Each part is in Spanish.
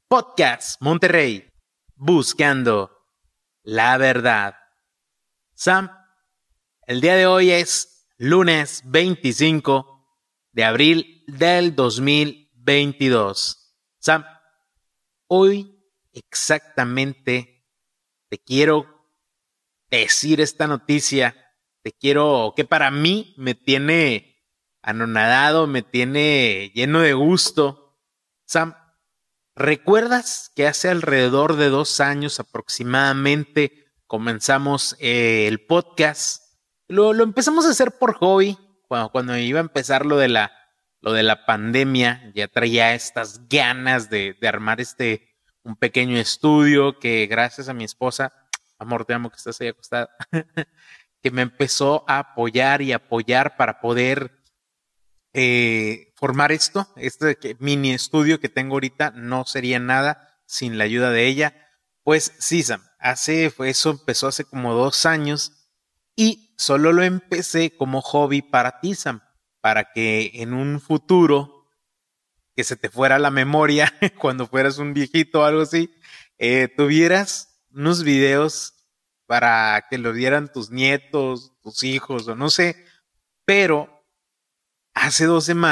Podcast Monterrey, buscando la verdad. Sam, el día de hoy es lunes 25 de abril del 2022. Sam, hoy exactamente te quiero decir esta noticia. Que para mí me tiene anonadado, me tiene lleno de gusto. Sam, ¿recuerdas que hace alrededor de 2 años aproximadamente comenzamos el podcast? Lo empezamos a hacer por hobby. Cuando iba a empezar lo de la pandemia, ya traía estas ganas de armar un pequeño estudio que gracias a mi esposa, amor, te amo que estás ahí acostada, que me empezó a apoyar para poder formar este mini estudio que tengo ahorita. No sería nada sin la ayuda de ella. Pues sí, Sam, eso empezó hace como 2 años y solo lo empecé como hobby para ti, Sam, para que en un futuro que se te fuera la memoria cuando fueras un viejito o algo así, tuvieras unos videos para que lo vieran tus nietos, tus hijos o no sé, pero hace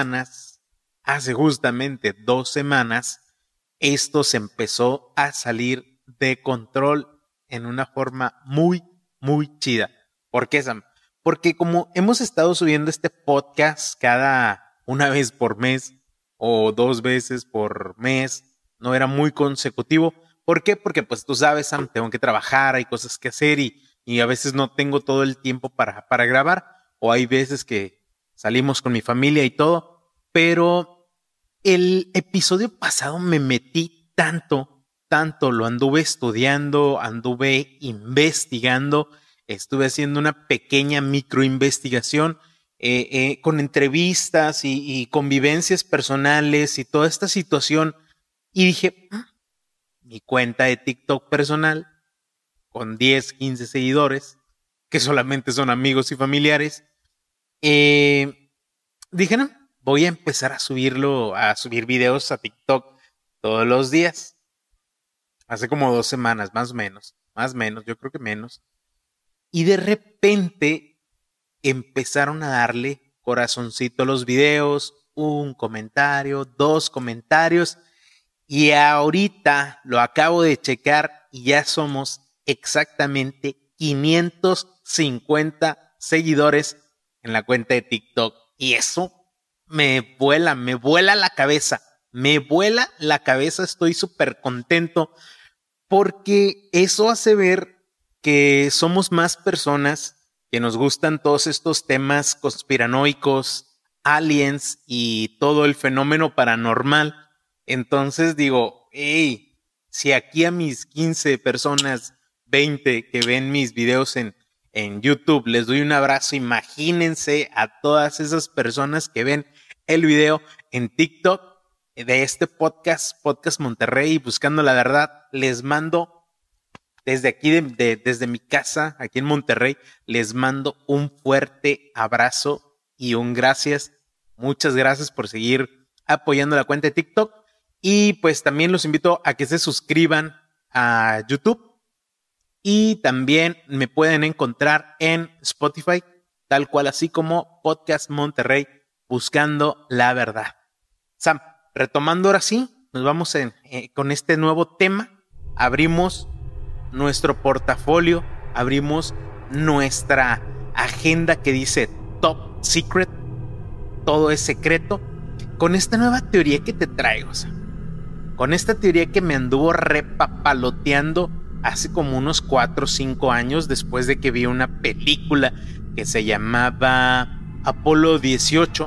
justamente 2 semanas, esto se empezó a salir de control en una forma muy, muy chida. ¿Por qué, Sam? Porque como hemos estado subiendo este podcast cada una vez por mes o 2 veces por mes, no era muy consecutivo. ¿Por qué? Porque pues tú sabes, Sam, tengo que trabajar, hay cosas que hacer y a veces no tengo todo el tiempo para grabar, o hay veces que salimos con mi familia y todo, pero el episodio pasado me metí tanto, lo anduve estudiando, anduve investigando, estuve haciendo una pequeña microinvestigación con entrevistas y convivencias personales y toda esta situación, y dije, mi cuenta de TikTok personal, con 10, 15 seguidores, que solamente son amigos y familiares, dije, no, voy a empezar a subir videos a TikTok todos los días. Hace como 2 semanas, más o menos, yo creo que menos. Y de repente empezaron a darle corazoncito a los videos, 1 comentario, 2 comentarios, y ahorita lo acabo de checar y ya somos exactamente 550 seguidores en la cuenta de TikTok. Y eso me vuela la cabeza. Estoy súper contento porque eso hace ver que somos más personas que nos gustan todos estos temas conspiranoicos, aliens y todo el fenómeno paranormal. Entonces digo, hey, si aquí a mis 15 personas, 20 que ven mis videos en YouTube, les doy un abrazo, imagínense a todas esas personas que ven el video en TikTok de este podcast Monterrey, buscando la verdad. Les mando desde aquí, desde mi casa, aquí en Monterrey, les mando un fuerte abrazo y un gracias. Muchas gracias por seguir apoyando la cuenta de TikTok. Y pues también los invito a que se suscriban a YouTube. Y también me pueden encontrar en Spotify, tal cual así como Podcast Monterrey, buscando la verdad. Sam, retomando ahora sí, nos vamos con este nuevo tema. Abrimos nuestro portafolio, abrimos nuestra agenda que dice Top Secret, todo es secreto, con esta nueva teoría que te traigo, Sam. Con esta teoría que me anduvo repapaloteando hace como unos 4 o 5 años, después de que vi una película que se llamaba Apolo 18.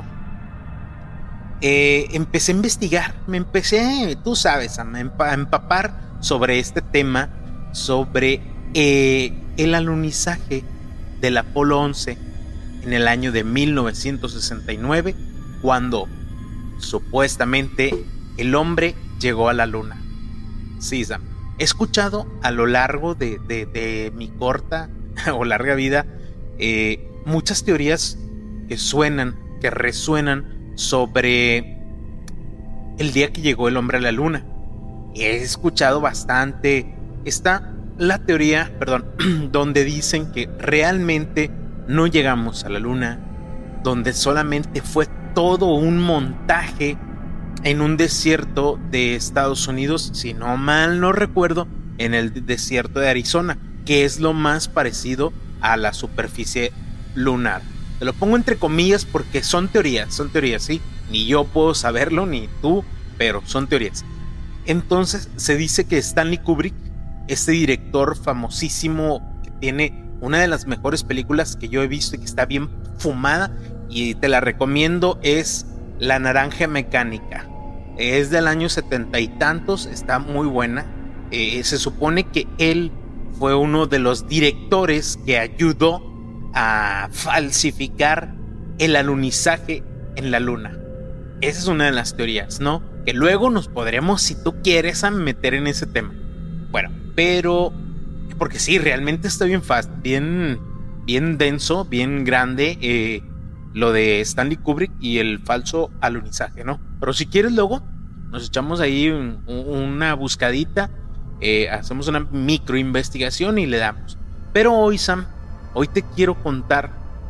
Empecé a investigar, tú sabes, a empapar sobre este tema, sobre el alunizaje del Apolo 11 en el año de 1969, cuando supuestamente el hombre llegó a la luna. Sí, Sam, he escuchado a lo largo de mi corta o larga vida muchas teorías que resuenan sobre el día que llegó el hombre a la luna. he escuchado bastante. Está la teoría, donde dicen que realmente no llegamos a la luna, donde solamente fue todo un montaje en un desierto de Estados Unidos, si no mal no recuerdo, en el desierto de Arizona, que es lo más parecido a la superficie lunar. Te lo pongo entre comillas porque son teorías, ¿sí? Ni yo puedo saberlo, ni tú, pero son teorías. Entonces se dice que Stanley Kubrick, este director famosísimo que tiene una de las mejores películas que yo he visto y que está bien fumada, y te la recomiendo, es La Naranja Mecánica. Es del año 70 y tantos, está muy buena. Se supone que él fue uno de los directores que ayudó a falsificar el alunizaje en la luna. Esa es una de las teorías, ¿no? Que luego nos podremos, si tú quieres, a meter en ese tema. Bueno, pero porque sí, realmente está bien fast, bien denso, bien grande, lo de Stanley Kubrick y el falso alunizaje, ¿no? Pero si quieres, luego nos echamos ahí una buscadita, hacemos una micro investigación y le damos. Pero hoy, Sam, hoy te quiero contar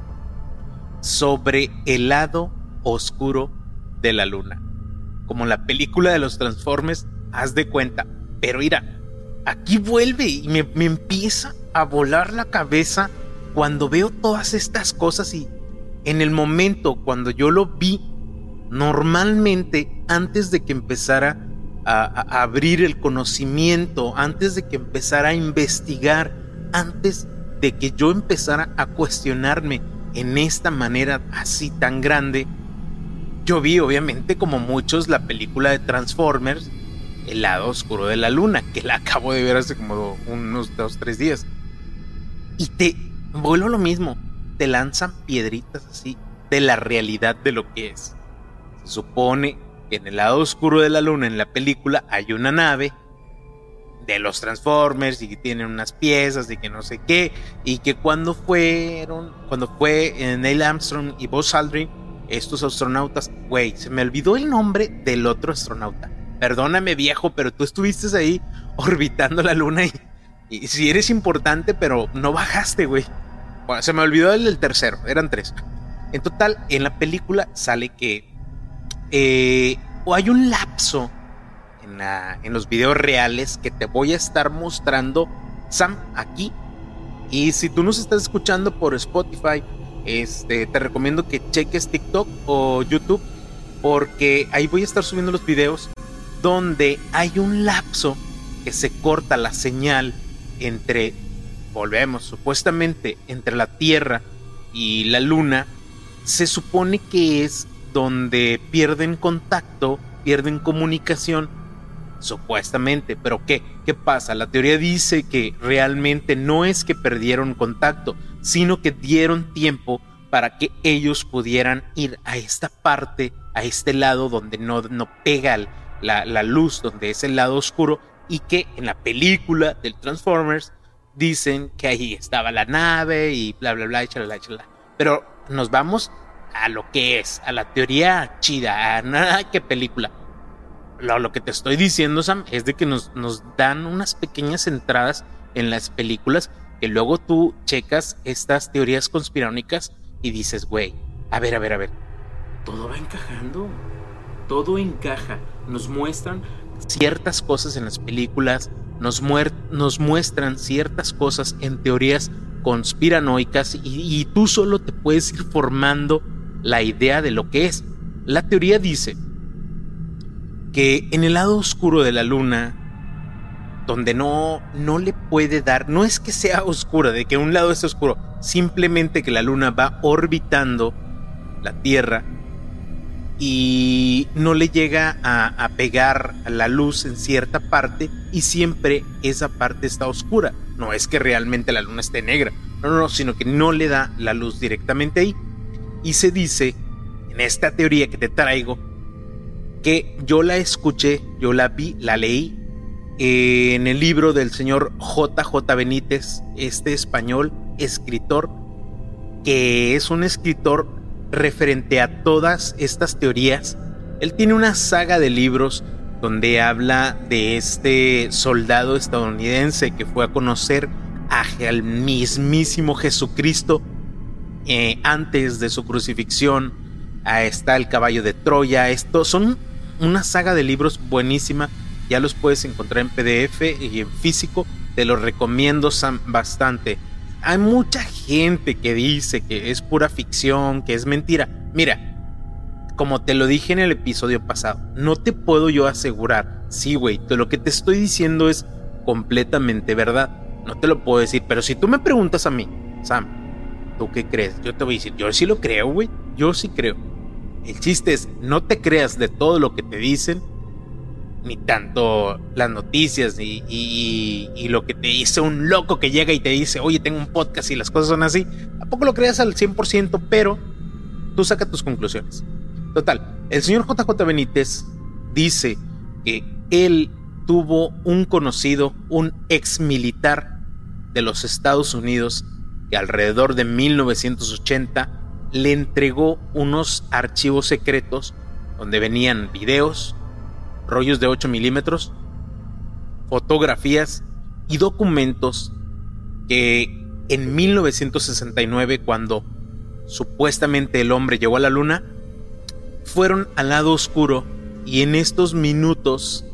sobre el lado oscuro de la luna, como la película de los Transformers, haz de cuenta. Pero mira, aquí vuelve y me empieza a volar la cabeza cuando veo todas estas cosas. Y en el momento cuando yo lo vi, normalmente antes de que empezara a abrir el conocimiento, antes de que empezara a investigar, antes de que yo empezara a cuestionarme en esta manera así tan grande, yo vi, obviamente, como muchos, la película de Transformers, El lado oscuro de la luna, que la acabo de ver hace como unos 2-3 días. Y te vuelvo a lo mismo, te lanzan piedritas así de la realidad de lo que es. Se supone que en el lado oscuro de la luna, en la película, hay una nave de los Transformers y que tienen unas piezas y que no sé qué, y que cuando fue Neil Armstrong y Buzz Aldrin, estos astronautas, güey, se me olvidó el nombre del otro astronauta. Perdóname, viejo, pero tú estuviste ahí orbitando la luna y si eres importante, pero no bajaste, güey. Bueno, se me olvidó el del tercero, eran 3. En total, en la película sale que o hay un lapso en los videos reales que te voy a estar mostrando, Sam, aquí. Y si tú nos estás escuchando por Spotify, te recomiendo que cheques TikTok o YouTube, porque ahí voy a estar subiendo los videos donde hay un lapso que se corta la señal entre, volvemos, supuestamente entre la Tierra y la Luna. Se supone que es donde pierden contacto, pierden comunicación, supuestamente. Pero ¿qué pasa? La teoría dice que realmente no es que perdieron contacto, sino que dieron tiempo para que ellos pudieran ir a esta parte, a este lado donde no pega la luz, donde es el lado oscuro, y que en la película del Transformers dicen que ahí estaba la nave y bla bla bla, chalala. Pero nos vamos a lo que es, a la teoría chida, a nada que película. Lo que te estoy diciendo, Sam, es de que nos dan unas pequeñas entradas en las películas que luego tú checas estas teorías conspiranoicas y dices, güey, a ver, todo va encajando, todo encaja. Nos muestran ciertas cosas en las películas, nos muestran ciertas cosas en teorías conspiranoicas, y tú solo te puedes ir formando la idea de lo que es. La teoría dice que en el lado oscuro de la luna, donde no le puede dar, no es que sea oscura, de que un lado es oscuro, simplemente que la luna va orbitando la Tierra y no le llega a pegar la luz en cierta parte, y siempre esa parte está oscura. No es que realmente la luna esté negra, no, sino que no le da la luz directamente ahí. Y se dice, en esta teoría que te traigo, que yo la escuché, yo la vi, la leí en el libro del señor J.J. Benítez, este español escritor, que es un escritor referente a todas estas teorías. Él tiene una saga de libros donde habla de este soldado estadounidense que fue a conocer al mismísimo Jesucristo antes de su crucifixión. Está el caballo de Troya. Estos son una saga de libros buenísima. Ya los puedes encontrar en PDF y en físico. Te los recomiendo bastante. Hay mucha gente que dice que es pura ficción, que es mentira. Mira, como te lo dije en el episodio pasado, no te puedo yo asegurar. Sí, güey, lo que te estoy diciendo es completamente verdad. No te lo puedo decir, pero si tú me preguntas a mí, Sam, ¿tú qué crees? Yo te voy a decir, yo sí lo creo, güey. Yo sí creo. El chiste es, no te creas de todo lo que te dicen, ni tanto las noticias, y lo que te dice un loco que llega y te dice, oye, tengo un podcast y las cosas son así. Tampoco lo creas al 100%, pero tú saca tus conclusiones. Total, el señor JJ Benítez dice que él tuvo un conocido, un ex militar de los Estados Unidos, que alrededor de 1980 le entregó unos archivos secretos donde venían videos, rollos de 8 milímetros, fotografías y documentos que en 1969, cuando supuestamente el hombre llegó a la luna, fueron al lado oscuro, y en estos minutos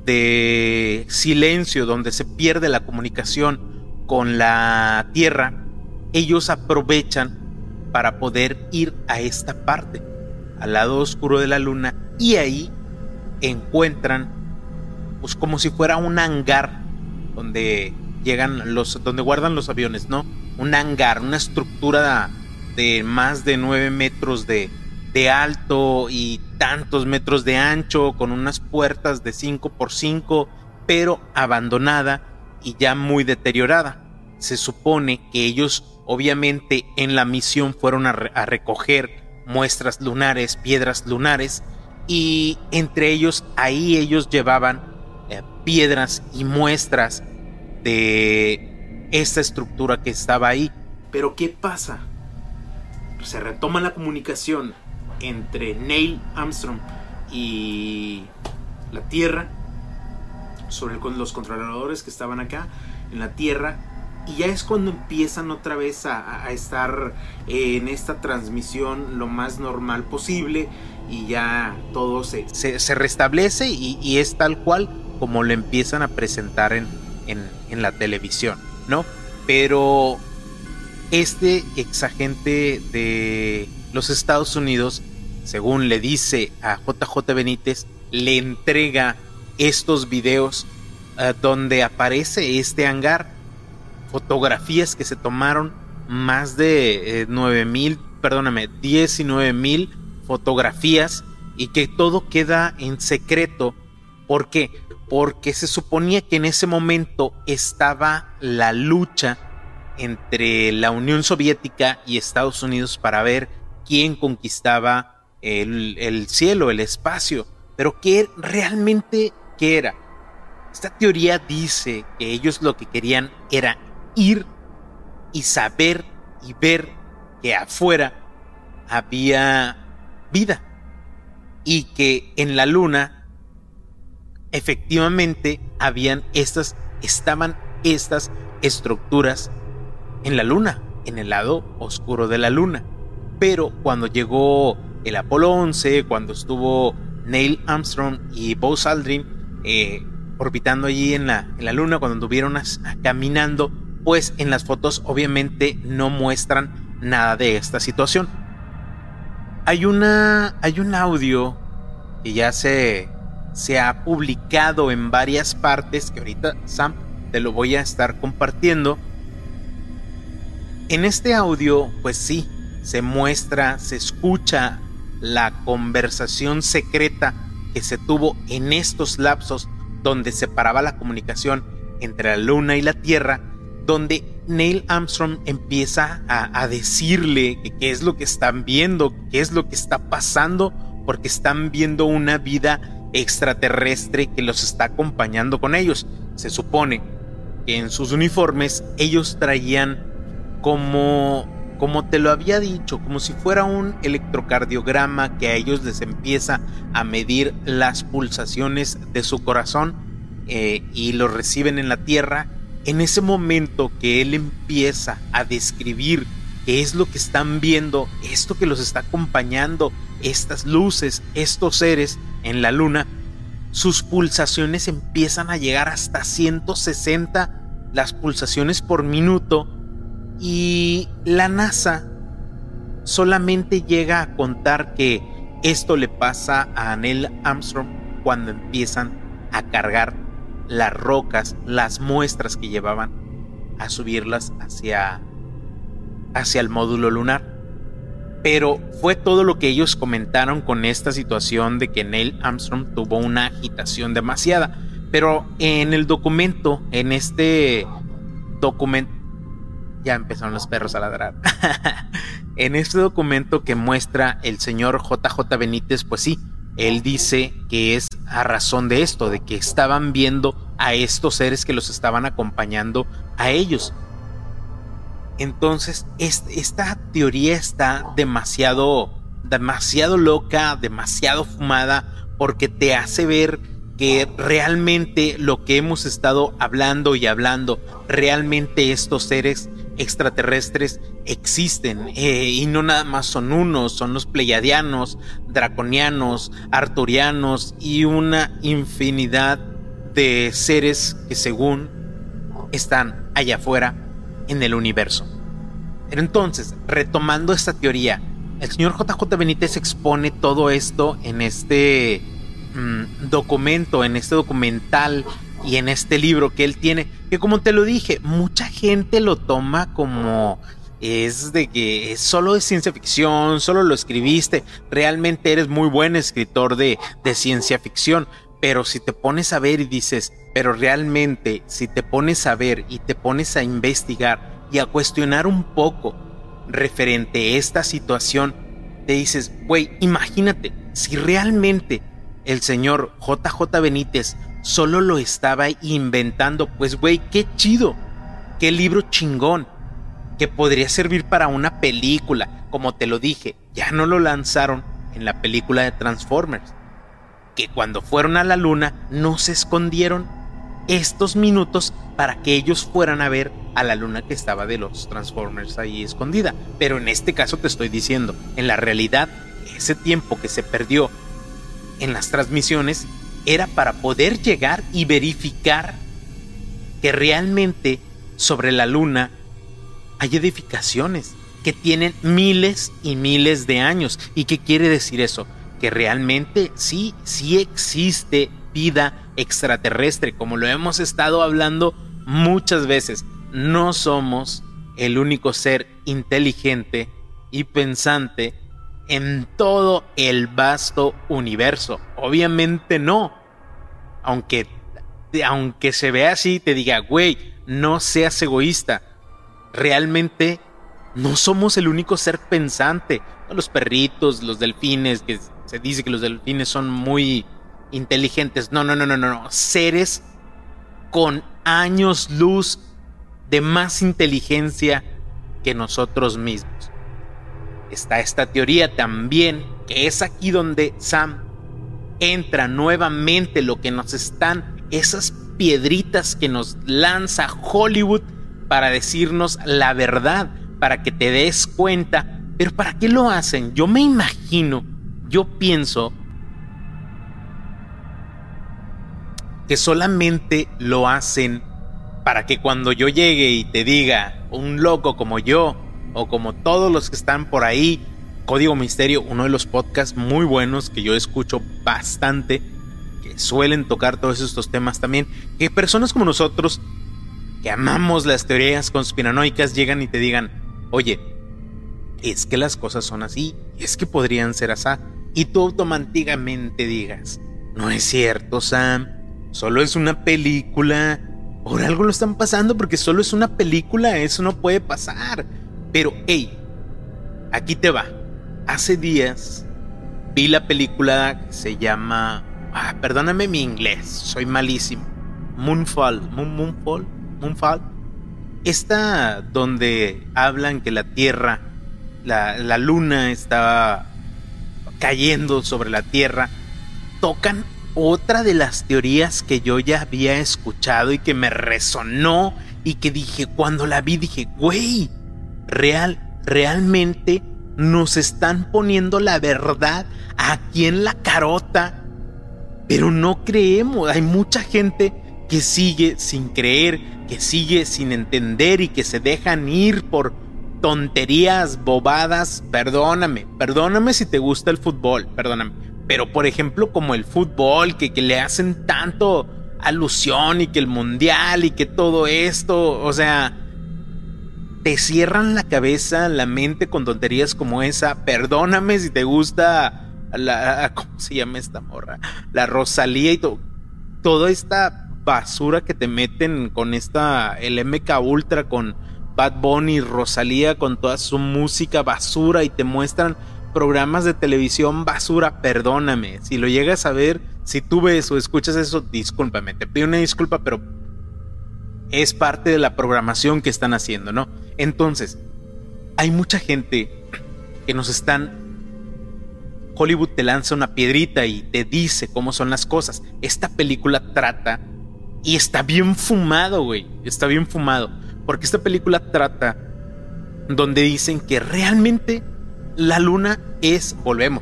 de silencio donde se pierde la comunicación con la Tierra, ellos aprovechan para poder ir a esta parte, al lado oscuro de la luna, y ahí encuentran, pues, como si fuera un hangar donde donde guardan los aviones, ¿no? Un hangar, una estructura de más de 9 metros de alto y tantos metros de ancho, con unas puertas de 5x5, pero abandonada y ya muy deteriorada. Se supone que ellos, obviamente, en la misión fueron a recoger muestras lunares, piedras lunares, y entre ellos, ahí ellos llevaban piedras y muestras de esta estructura que estaba ahí. Pero ¿qué pasa? Se retoma la comunicación entre Neil Armstrong y la Tierra sobre los controladores que estaban acá en la Tierra, y ya es cuando empiezan otra vez a estar en esta transmisión lo más normal posible, y ya todo se restablece y es tal cual como lo empiezan a presentar en la televisión, ¿no? Pero este exagente de los Estados Unidos, según le dice a JJ Benítez, le entrega estos videos donde aparece este hangar, fotografías que se tomaron, más de 19,000 fotografías, y que todo queda en secreto. ¿Por qué? Porque se suponía que en ese momento estaba la lucha entre la Unión Soviética y Estados Unidos para ver quién conquistaba el cielo, el espacio. Pero ¿qué realmente qué era? Esta teoría dice que ellos lo que querían era ir y saber y ver que afuera había vida, y que en la luna efectivamente estaban estas estructuras en la luna, en el lado oscuro de la luna. Pero cuando llegó el Apolo 11, cuando estuvo Neil Armstrong y Buzz Aldrin orbitando allí en la luna, cuando anduvieron caminando, pues en las fotos obviamente no muestran nada de esta situación. Hay un audio que ya se ha publicado en varias partes, que ahorita, Sam, te lo voy a estar compartiendo. En este audio, pues sí, se muestra, se escucha la conversación secreta que se tuvo en estos lapsos donde separaba la comunicación entre la luna y la Tierra, donde Neil Armstrong empieza a decirle que qué es lo que están viendo, qué es lo que está pasando, porque están viendo una vida extraterrestre que los está acompañando con ellos. Se supone que en sus uniformes ellos traían como como te lo había dicho, como si fuera un electrocardiograma que a ellos les empieza a medir las pulsaciones de su corazón y lo reciben en la tierra. En ese momento que él empieza a describir qué es lo que están viendo, esto que los está acompañando, estas luces, estos seres en la luna, sus pulsaciones empiezan a llegar hasta 160 las pulsaciones por minuto, y la NASA solamente llega a contar que esto le pasa a Neil Armstrong cuando empiezan a cargar las rocas, las muestras que llevaban, a subirlas hacia el módulo lunar. Pero fue todo lo que ellos comentaron con esta situación de que Neil Armstrong tuvo una agitación demasiada. Pero en el documento, en este documento, ya empezaron los perros a ladrar. En este documento que muestra el señor JJ Benítez, pues sí, él dice que es a razón de esto, de que estaban viendo a estos seres que los estaban acompañando a ellos. Entonces, esta teoría está demasiado loca, demasiado fumada, porque te hace ver que realmente lo que hemos estado hablando y hablando, realmente estos seres extraterrestres existen, y no nada más son unos, son los pleiadianos, draconianos, arturianos y una infinidad de seres que según están allá afuera en el universo. Pero entonces, retomando esta teoría, el señor JJ Benítez expone todo esto en este documento, en este documental y en este libro que él tiene, que como te lo dije, mucha gente lo toma como es de que solo es ciencia ficción, solo lo escribiste, realmente eres muy buen escritor de ciencia ficción. Pero si te pones a ver y dices, pero realmente si te pones a ver y te pones a investigar y a cuestionar un poco referente a esta situación, te dices, güey, imagínate, si realmente el señor JJ Benítez solo lo estaba inventando, pues güey, qué chido, qué libro chingón, que podría servir para una película. Como te lo dije, ya no lo lanzaron en la película de Transformers, que cuando fueron a la luna no se escondieron estos minutos para que ellos fueran a ver a la luna que estaba de los Transformers ahí escondida. Pero en este caso te estoy diciendo, en la realidad, ese tiempo que se perdió en las transmisiones era para poder llegar y verificar que realmente sobre la luna hay edificaciones que tienen miles y miles de años. ¿Y qué quiere decir eso? Que realmente sí existe vida extraterrestre, como lo hemos estado hablando muchas veces. No somos el único ser inteligente y pensante en todo el vasto universo. Obviamente no. Aunque se vea así, te diga, güey, no seas egoísta. Realmente no somos el único ser pensante. Los perritos, los delfines, que se dice que los delfines son muy inteligentes. No. Seres con años luz de más inteligencia que nosotros mismos. Está esta teoría también, que es aquí donde Sam entra nuevamente, lo que nos están, esas piedritas que nos lanza Hollywood para decirnos la verdad, para que te des cuenta. Pero ¿para qué lo hacen? Yo me imagino, yo pienso que solamente lo hacen para que cuando yo llegue y te diga, un loco como yo, o como todos los que están por ahí, Código Misterio, uno de los podcasts muy buenos que yo escucho bastante, que suelen tocar todos estos temas también, que personas como nosotros, que amamos las teorías conspiranoicas, llegan y te digan, oye, es que las cosas son así, es que podrían ser así, y tú automáticamente digas, no es cierto, Sam, solo es una película, por algo lo están pasando, porque solo es una película, eso no puede pasar. Pero, hey, aquí te va. Hace días vi la película que se llama, perdóname mi inglés, soy malísimo, Moonfall. Esta donde hablan que la Tierra la luna estaba cayendo sobre la Tierra, tocan otra de las teorías que yo ya había escuchado y que me resonó y que dije, cuando la vi dije, güey, realmente nos están poniendo la verdad aquí en la carota, pero no creemos. Hay mucha gente que sigue sin creer, que sigue sin entender y que se dejan ir por tonterías, bobadas. Perdóname si te gusta el fútbol, perdóname, pero por ejemplo como el fútbol, que le hacen tanto alusión y que el mundial y que todo esto, o sea, te cierran la cabeza, la mente con tonterías como esa. Perdóname si te gusta ¿cómo se llama esta morra? La Rosalía y toda esta basura que te meten con el MK Ultra, con Bad Bunny, Rosalía, con toda su música basura, y te muestran programas de televisión basura. Perdóname, si lo llegas a ver, si tú ves o escuchas eso, discúlpame, te pido una disculpa, pero es parte de la programación que están haciendo, ¿no? Entonces, hay mucha gente que Hollywood te lanza una piedrita y te dice cómo son las cosas. Esta película trata, y está bien fumado, güey, está bien fumado, porque esta película trata donde dicen que realmente la luna es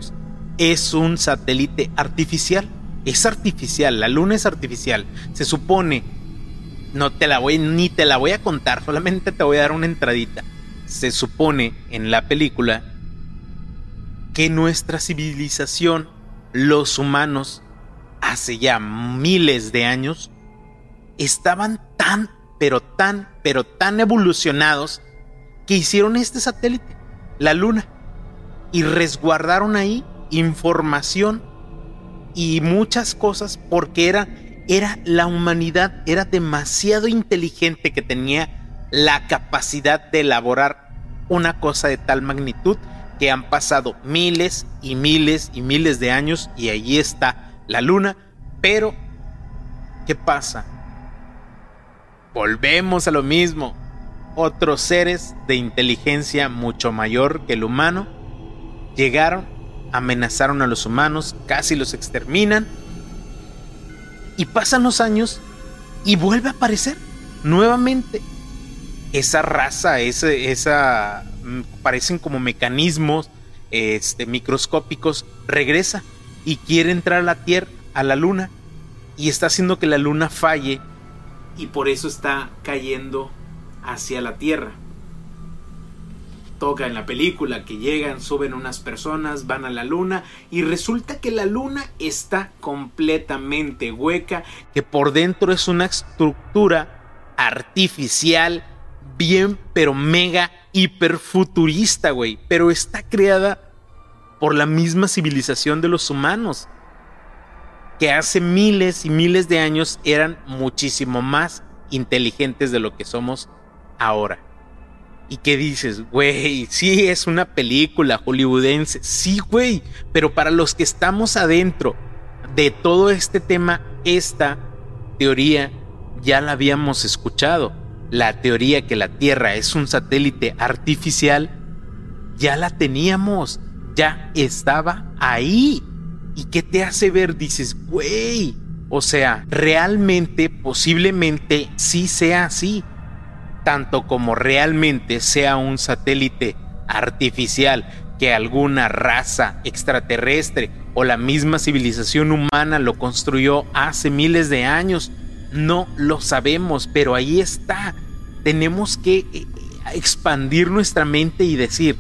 un satélite artificial. Es artificial, la luna es artificial. Se supone, ni te la voy a contar, solamente te voy a dar una entradita. Se supone en la película que nuestra civilización, los humanos, hace ya miles de años, estaban tan evolucionados que hicieron este satélite, la luna, y resguardaron ahí información y muchas cosas, porque la humanidad era demasiado inteligente, que tenía la capacidad de elaborar una cosa de tal magnitud, que han pasado miles y miles y miles de años y allí está la luna. Pero ¿qué pasa? Volvemos a lo mismo. Otros seres de inteligencia mucho mayor que el humano llegaron, amenazaron a los humanos, casi los exterminan, y pasan los años y vuelve a aparecer nuevamente esa raza, parecen como mecanismos microscópicos, regresa y quiere entrar a la Tierra, a la luna, y está haciendo que la luna falle, y por eso está cayendo hacia la Tierra. Toca en la película que llegan, suben unas personas, van a la luna, y resulta que la luna está completamente hueca, que por dentro es una estructura artificial bien, pero mega, hiper futurista, güey, pero está creada por la misma civilización de los humanos, que hace miles y miles de años eran muchísimo más inteligentes de lo que somos ahora. ¿Y qué dices? Güey, sí, es una película hollywoodense, sí, güey, pero para los que estamos adentro de todo este tema, esta teoría ya la habíamos escuchado. La teoría que la Tierra es un satélite artificial, ya la teníamos, ya estaba ahí. ¿Y qué te hace ver? Dices, güey, o sea, realmente, posiblemente sí sea así. Tanto como realmente sea un satélite artificial que alguna raza extraterrestre o la misma civilización humana lo construyó hace miles de años, no lo sabemos, pero ahí está. Tenemos que expandir nuestra mente y decir,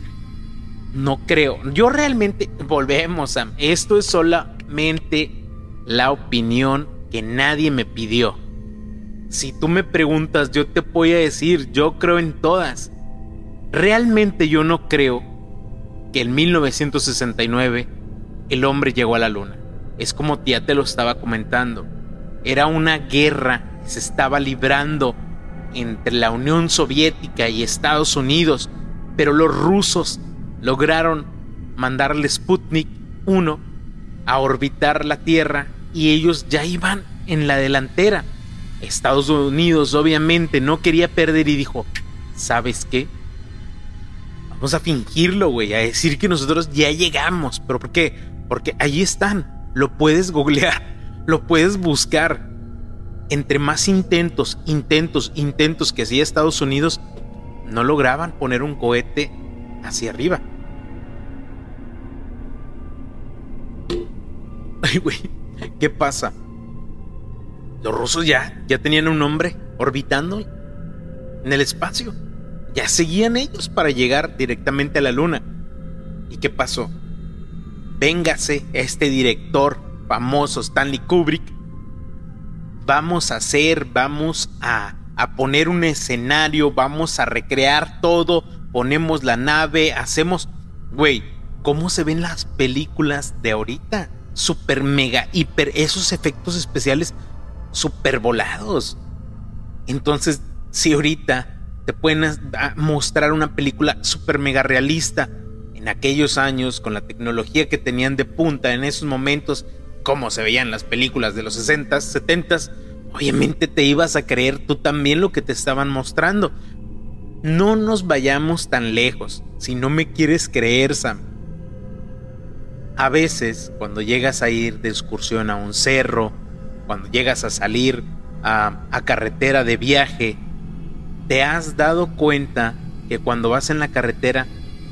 no creo. Yo realmente, volvemos, Sam, esto es solamente la opinión que nadie me pidió. Si tú me preguntas, yo te voy a decir, yo creo en todas. Realmente yo no creo que en 1969 el hombre llegó a la luna. Es como ya te lo estaba comentando. Era una guerra que se estaba librando entre la Unión Soviética y Estados Unidos, pero los rusos lograron mandarle Sputnik 1 a orbitar la Tierra y ellos ya iban en la delantera. Estados Unidos obviamente no quería perder y dijo, ¿sabes qué? Vamos a fingirlo, güey, a decir que nosotros ya llegamos. ¿Pero por qué? Porque ahí están. Lo puedes googlear, lo puedes buscar. Entre más intentos que hacía Estados Unidos, no lograban poner un cohete hacia arriba. Ay, güey, ¿qué pasa? Los rusos ya tenían un hombre orbitando en el espacio. Ya seguían ellos para llegar directamente a la luna. ¿Y qué pasó? Véngase este director famoso, Stanley Kubrick. Vamos a poner un escenario, vamos a recrear todo, ponemos la nave, hacemos... Güey, ¿cómo se ven las películas de ahorita? Super mega, hiper, esos efectos especiales super volados. Entonces, si ahorita te pueden mostrar una película super mega realista, en aquellos años, con la tecnología que tenían de punta en esos momentos, como se veían las películas de los 60s, 70s, obviamente te ibas a creer tú también lo que te estaban mostrando. No nos vayamos tan lejos. Si no me quieres creer, Sam, a veces cuando llegas a ir de excursión a un cerro, cuando llegas a salir a carretera de viaje, te has dado cuenta que cuando vas en la carretera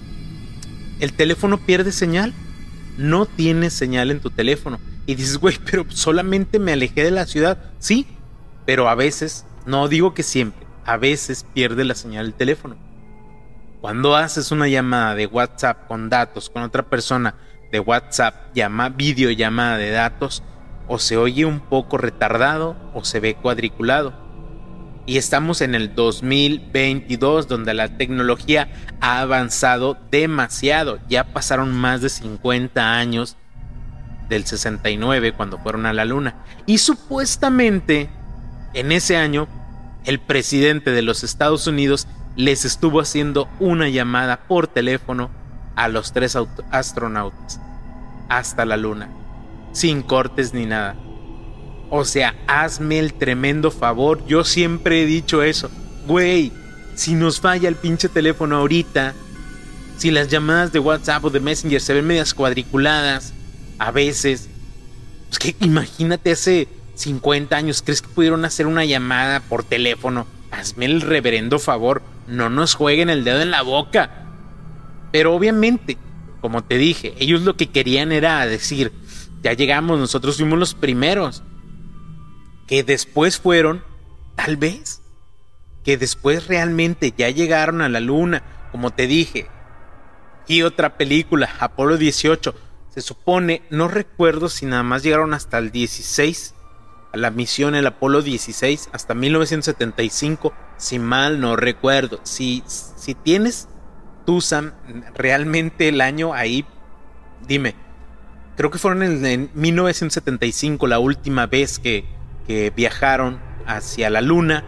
el teléfono pierde señal. No tienes señal en tu teléfono. Y dices, güey, pero solamente me alejé de la ciudad. Sí, pero a veces, no digo que siempre, a veces pierde la señal del teléfono. Cuando haces una llamada de WhatsApp con datos con otra persona de WhatsApp, videollamada de datos, o se oye un poco retardado o se ve cuadriculado. Y estamos en el 2022, donde la tecnología ha avanzado demasiado. Ya pasaron más de 50 años del 69, cuando fueron a la luna. Y supuestamente, en ese año, el presidente de los Estados Unidos les estuvo haciendo una llamada por teléfono a los 3 astronautas hasta la luna, sin cortes ni nada. O sea, hazme el tremendo favor. Yo siempre he dicho eso. Güey, si nos falla el pinche teléfono ahorita, si las llamadas de WhatsApp o de Messenger se ven medias cuadriculadas, a veces, pues que imagínate hace 50 años, ¿crees que pudieron hacer una llamada por teléfono? Hazme el reverendo favor, no nos jueguen el dedo en la boca. Pero obviamente, como te dije, ellos lo que querían era decir, ya llegamos, nosotros fuimos los primeros. Que después fueron, tal vez, que después realmente ya llegaron a la luna, como te dije. Y otra película, Apolo 18, se supone, no recuerdo si nada más llegaron hasta el 16, a la misión el Apolo 16, hasta 1975, si mal no recuerdo. Si tienes tú, Sam, realmente el año ahí, dime. Creo que fueron en 1975 la última vez que viajaron hacia la luna.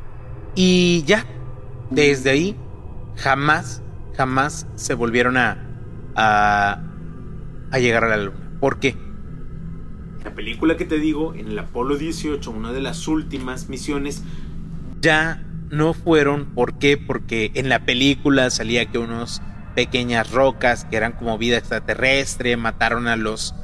Y ya, desde ahí jamás se volvieron a llegar a la luna. ¿Por qué? La película que te digo, en el Apolo 18, una de las últimas misiones, ya no fueron. ¿Por qué? Porque en la película salía que unos pequeñas rocas que eran como vida extraterrestre mataron a los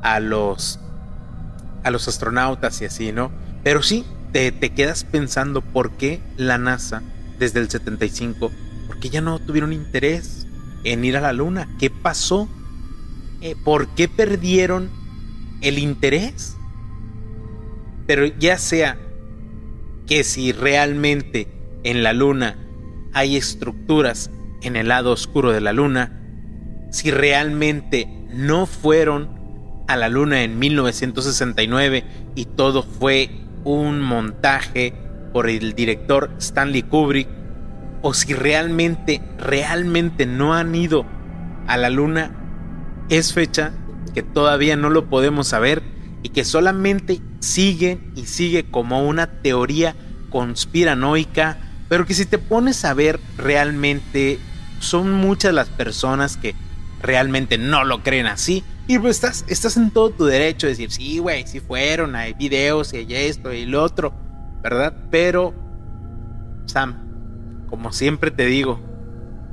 astronautas y así, ¿no? Pero sí, te quedas pensando por qué la NASA, desde el 75, por qué ya no tuvieron interés en ir a la luna. ¿Qué pasó? ¿Por qué perdieron el interés? Pero ya sea que si realmente en la luna hay estructuras en el lado oscuro de la luna, si realmente no fueron a la luna en 1969 y todo fue un montaje por el director Stanley Kubrick, o si realmente no han ido a la luna, es fecha que todavía no lo podemos saber y que solamente sigue como una teoría conspiranoica, pero que si te pones a ver, realmente son muchas las personas que realmente no lo creen así. Y pues estás en todo tu derecho de decir, sí, güey, sí fueron, hay videos y hay esto y lo otro, ¿verdad? Pero, Sam, como siempre te digo,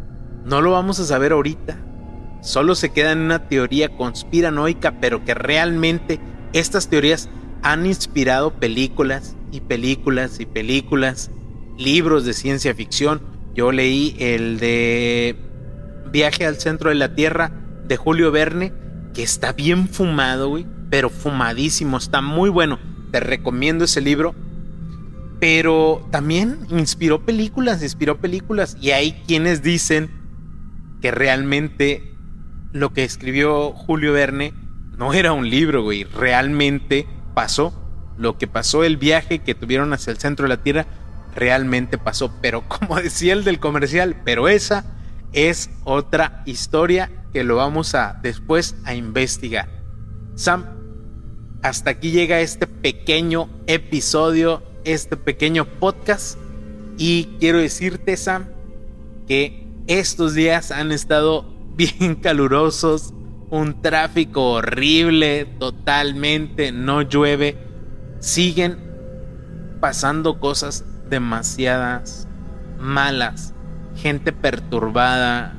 No lo vamos a saber ahorita. Solo se queda en una teoría conspiranoica, pero que realmente estas teorías han inspirado películas y películas y películas, libros de ciencia ficción. Yo leí el de Viaje al centro de la Tierra de Julio Verne, que está bien fumado, güey, pero fumadísimo, está muy bueno. Te recomiendo ese libro. Pero también inspiró películas, y hay quienes dicen que realmente lo que escribió Julio Verne no era un libro, güey, realmente pasó. Lo que pasó, el viaje que tuvieron hacia el centro de la Tierra, realmente pasó. Pero como decía el del comercial, pero esa es otra historia que lo vamos a después a investigar. Sam, hasta aquí llega este pequeño episodio, este pequeño podcast, y quiero decirte, Sam, que estos días han estado bien calurosos, un tráfico horrible, totalmente, no llueve, siguen pasando cosas demasiadas malas, gente perturbada,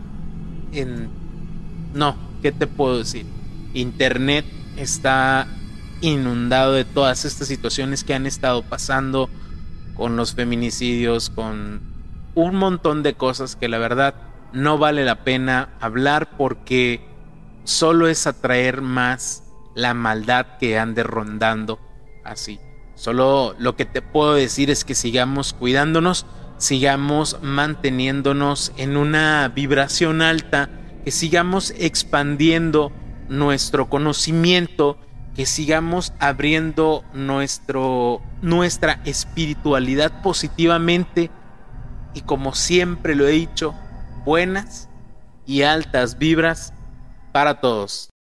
no, ¿qué te puedo decir? Internet está inundado de todas estas situaciones que han estado pasando con los feminicidios, con un montón de cosas que la verdad no vale la pena hablar, porque solo es atraer más la maldad que ande rondando así. Solo lo que te puedo decir es que sigamos cuidándonos, sigamos manteniéndonos en una vibración alta, que sigamos expandiendo nuestro conocimiento, que sigamos abriendo nuestra espiritualidad positivamente, y como siempre lo he dicho, buenas y altas vibras para todos.